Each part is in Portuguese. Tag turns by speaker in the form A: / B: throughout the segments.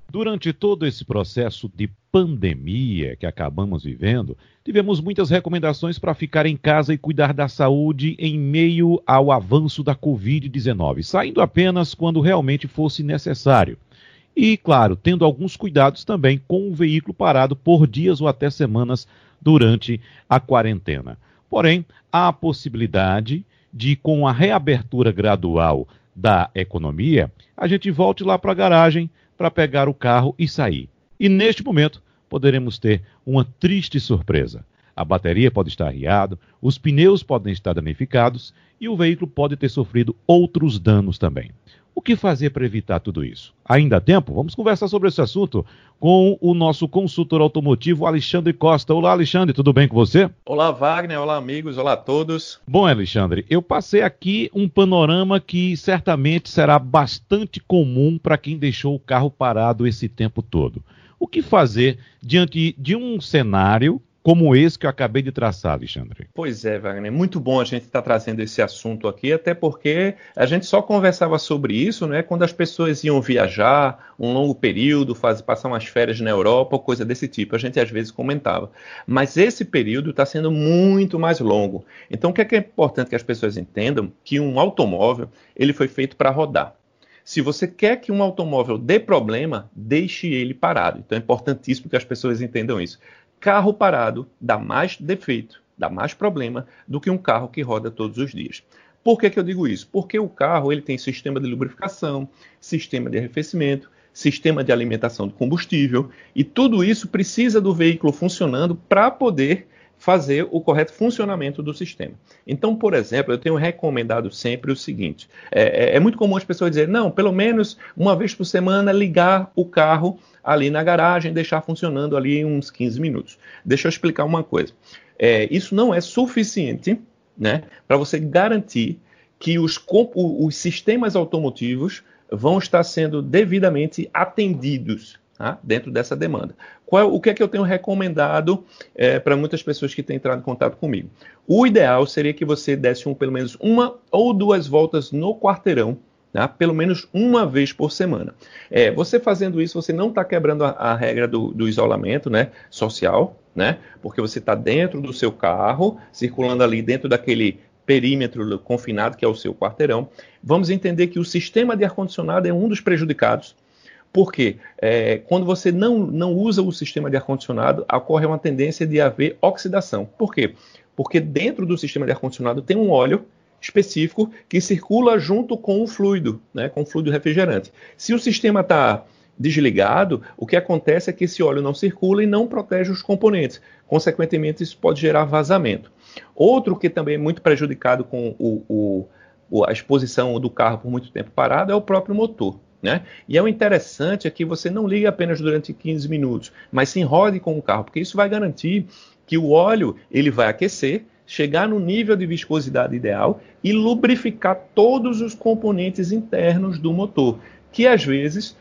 A: Durante todo esse processo de pandemia que acabamos vivendo, tivemos muitas recomendações para ficar em casa e cuidar da saúde em meio ao avanço da Covid-19, saindo apenas quando realmente fosse necessário. E, claro, tendo alguns cuidados também com o veículo parado por dias ou até semanas durante a quarentena. Porém, há a possibilidade de, com a reabertura gradual da economia, a gente volte lá para a garagem para pegar o carro e sair. E neste momento, poderemos ter uma triste surpresa. A bateria pode estar arriada, os pneus podem estar danificados e o veículo pode ter sofrido outros danos também. O que fazer para evitar tudo isso? Ainda há tempo? Vamos conversar sobre esse assunto com o nosso consultor automotivo, Alexandre Costa. Olá, Alexandre, tudo bem com você?
B: Olá, Wagner. Olá, amigos. Olá a todos.
A: Bom, Alexandre, eu passei aqui um panorama que certamente será bastante comum para quem deixou o carro parado esse tempo todo. O que fazer diante de um cenário como esse que eu acabei de traçar, Alexandre?
B: Pois é, Wagner, muito bom a gente estar trazendo esse assunto aqui, até porque a gente só conversava sobre isso, né, quando as pessoas iam viajar um longo período, passar umas férias na Europa, ou coisa desse tipo, a gente às vezes comentava. Mas esse período está sendo muito mais longo. Então, o que é importante que as pessoas entendam? Que um automóvel, ele foi feito para rodar. Se você quer que um automóvel dê problema, deixe ele parado. Então, é importantíssimo que as pessoas entendam isso. Carro parado dá mais defeito, dá mais problema do que um carro que roda todos os dias. Por que eu digo isso? Porque o carro ele tem sistema de lubrificação, sistema de arrefecimento, sistema de alimentação de combustível e tudo isso precisa do veículo funcionando para poder fazer o correto funcionamento do sistema. Então, por exemplo, eu tenho recomendado sempre o seguinte, é muito comum as pessoas dizerem, não, pelo menos uma vez por semana ligar o carro ali na garagem, deixar funcionando ali uns 15 minutos. Deixa eu explicar uma coisa. Isso não é suficiente, né, para você garantir que os sistemas automotivos vão estar sendo devidamente atendidos, tá, dentro dessa demanda. O que é que eu tenho recomendado para muitas pessoas que têm entrado em contato comigo? O ideal seria que você desse pelo menos uma ou duas voltas no quarteirão, tá? Pelo menos uma vez por semana. Você fazendo isso, você não está quebrando a regra do isolamento, né, social, né, porque você está dentro do seu carro, circulando ali dentro daquele perímetro confinado que é o seu quarteirão. Vamos entender que o sistema de ar-condicionado é um dos prejudicados. Por quê? Quando você não usa o sistema de ar-condicionado, ocorre uma tendência de haver oxidação. Por quê? Porque dentro do sistema de ar-condicionado tem um óleo específico que circula junto com o fluido, né, com o fluido refrigerante. Se o sistema está desligado, o que acontece é que esse óleo não circula e não protege os componentes. Consequentemente, isso pode gerar vazamento. Outro que também é muito prejudicado com a exposição do carro por muito tempo parado é o próprio motor, né? E o interessante é que você não liga apenas durante 15 minutos, mas sim rode com o carro, porque isso vai garantir que o óleo ele vai aquecer, chegar no nível de viscosidade ideal e lubrificar todos os componentes internos do motor, que às vezes,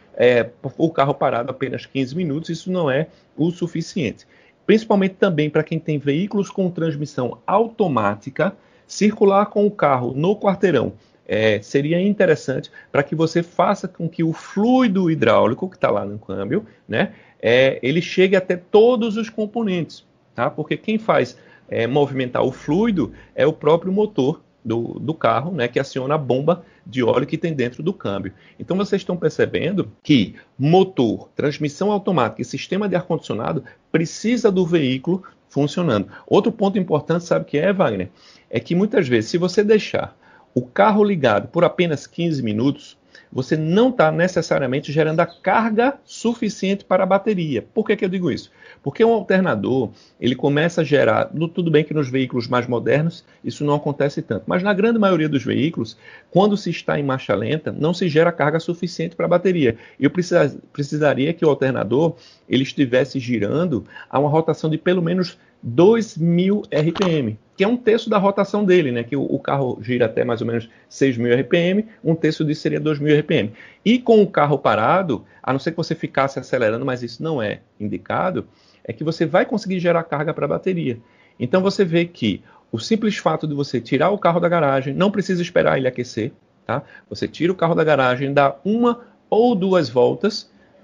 B: o carro parado apenas 15 minutos, isso não é o suficiente. Principalmente também para quem tem veículos com transmissão automática, circular com o carro no quarteirão seria interessante para que você faça com que o fluido hidráulico que está lá no câmbio, né, ele chegue até todos os componentes, tá? Porque quem faz movimentar o fluido é o próprio motor do carro, né, que aciona a bomba de óleo que tem dentro do câmbio. Então vocês estão percebendo que motor, transmissão automática e sistema de ar-condicionado precisa do veículo funcionando. Outro ponto importante, sabe o que é, Wagner? É que muitas vezes, se você deixar o carro ligado por apenas 15 minutos, você não está necessariamente gerando a carga suficiente para a bateria. Por que eu digo isso? Porque um alternador, ele começa a gerar, tudo bem que nos veículos mais modernos isso não acontece tanto, mas na grande maioria dos veículos, quando se está em marcha lenta, não se gera carga suficiente para a bateria. Eu precisaria que o alternador ele estivesse girando a uma rotação de pelo menos 2.000 RPM, que é um terço da rotação dele, né? Que o carro gira até mais ou menos 6.000 RPM, um terço disso seria 2.000 RPM. E com o carro parado, a não ser que você ficasse acelerando, mas isso não é indicado, é que você vai conseguir gerar carga para a bateria. Então você vê que o simples fato de você tirar o carro da garagem, não precisa esperar ele aquecer, tá? Você tira o carro da garagem, dá uma ou duas voltas,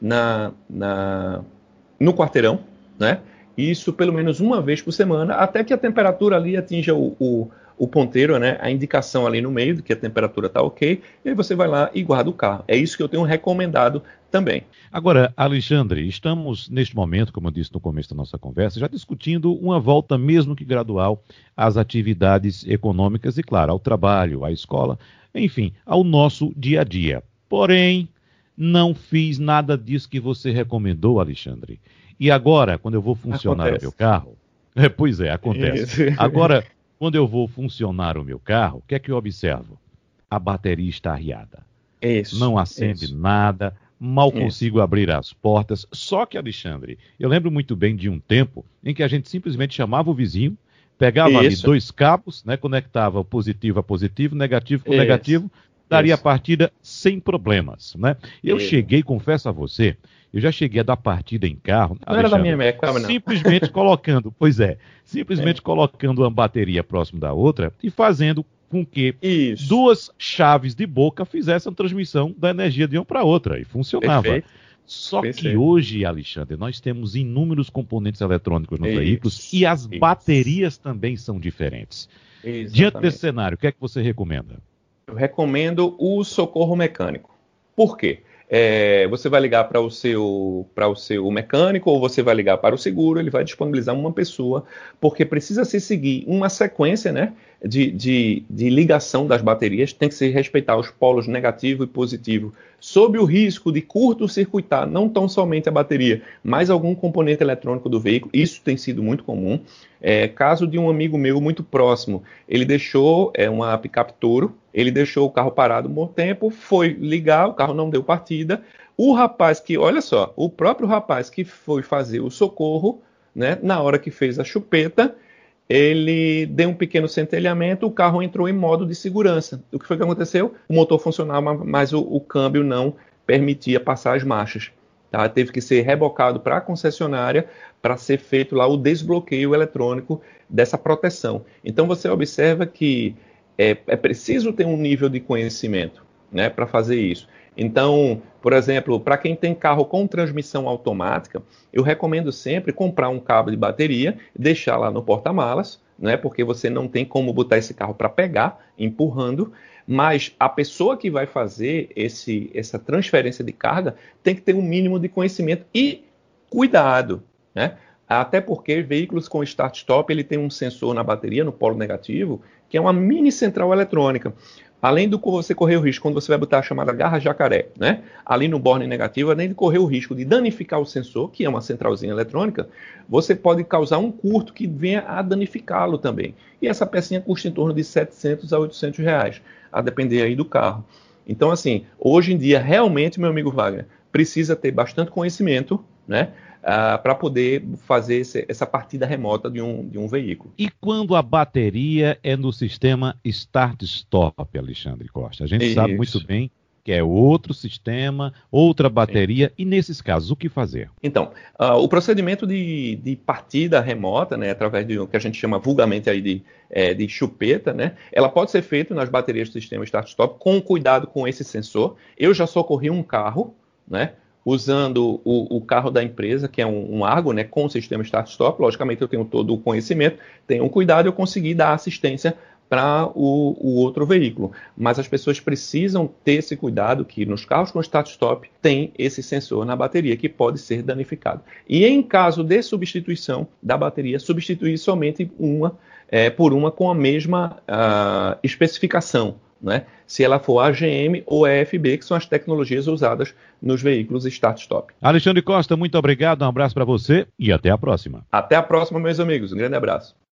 B: no quarteirão, né? Isso pelo menos uma vez por semana, até que a temperatura ali atinja o ponteiro, né? A indicação ali no meio de que a temperatura está ok, e aí você vai lá e guarda o carro. É isso que eu tenho recomendado também.
A: Agora, Alexandre, estamos neste momento, como eu disse no começo da nossa conversa, já discutindo uma volta, mesmo que gradual, às atividades econômicas e, claro, ao trabalho, à escola, enfim, ao nosso dia a dia. Porém, não fiz nada disso que você recomendou, Alexandre. E agora, quando eu vou funcionar o meu carro... pois é, acontece. Isso. Agora, quando eu vou funcionar o meu carro, o que é que eu observo? A bateria está arriada. Isso. Não acende nada, mal consigo abrir as portas. Só que, Alexandre, eu lembro muito bem de um tempo em que a gente simplesmente chamava o vizinho, pegava ali 2 cabos, né, conectava o positivo a positivo, negativo com negativo, daria a partida sem problemas, né? Eu cheguei, confesso a você, eu já cheguei a dar partida em carro.
B: Não era da minha Meca, não.
A: Simplesmente colocando, colocando uma bateria próximo da outra e fazendo com que 2 chaves de boca fizessem a transmissão da energia de uma para outra e funcionava. Perfeito. Só que hoje, Alexandre, nós temos inúmeros componentes eletrônicos nos veículos e as baterias também são diferentes. Exatamente. Diante desse cenário, o que é que você recomenda?
B: Eu recomendo o socorro mecânico. Por quê? Você vai ligar para o seu mecânico ou você vai ligar para o seguro, ele vai disponibilizar uma pessoa, porque precisa se seguir uma sequência, né, de ligação das baterias, tem que se respeitar os polos negativo e positivo, sob o risco de curto-circuitar não tão somente a bateria, mas algum componente eletrônico do veículo. Isso tem sido muito comum. Caso de um amigo meu muito próximo, ele deixou uma picape Toro, ele deixou o carro parado um bom tempo, foi ligar, o carro não deu partida. O rapaz olha só, o próprio rapaz que foi fazer o socorro, né, na hora que fez a chupeta, ele deu um pequeno centelhamento, o carro entrou em modo de segurança. O que foi que aconteceu? O motor funcionava, mas o câmbio não permitia passar as marchas. Tá? Teve que ser rebocado para a concessionária para ser feito lá o desbloqueio eletrônico dessa proteção. Então você observa que é preciso ter um nível de conhecimento, né, para fazer isso. Então, por exemplo, para quem tem carro com transmissão automática, eu recomendo sempre comprar um cabo de bateria, deixar lá no porta-malas, né, porque você não tem como botar esse carro para pegar, empurrando, mas a pessoa que vai fazer essa transferência de carga tem que ter um mínimo de conhecimento e cuidado, né? Até porque veículos com start-stop, ele tem um sensor na bateria, no polo negativo, que é uma mini central eletrônica. Além do que você correr o risco, quando você vai botar a chamada garra jacaré, né? Ali no borne negativo, além de correr o risco de danificar o sensor, que é uma centralzinha eletrônica, você pode causar um curto que venha a danificá-lo também. E essa pecinha custa em torno de R$700 a R$800, a depender aí do carro. Então, assim, hoje em dia, realmente, meu amigo Wagner, precisa ter bastante conhecimento, né? Para poder fazer essa partida remota de um veículo.
A: E quando a bateria é no sistema Start-Stop, Alexandre Costa? A gente sabe muito bem que é outro sistema, outra bateria, e nesses casos, o que fazer?
B: Então, o procedimento de partida remota, né, através do que a gente chama vulgarmente aí de chupeta, né, ela pode ser feita nas baterias do sistema Start-Stop, com cuidado com esse sensor. Eu já socorri um carro, né, usando o carro da empresa, que é um Argo, né, com o sistema Start-Stop. Logicamente, eu tenho todo o conhecimento, tenho um cuidado, eu consegui dar assistência para o outro veículo. Mas as pessoas precisam ter esse cuidado que nos carros com Start-Stop tem esse sensor na bateria que pode ser danificado. E em caso de substituição da bateria, substituir somente por uma com a mesma especificação, né? Se ela for AGM ou EFB, que são as tecnologias usadas nos veículos Start-Stop.
A: Alexandre Costa, muito obrigado, um abraço para você e até a próxima.
B: Até a próxima, meus amigos. Um grande abraço.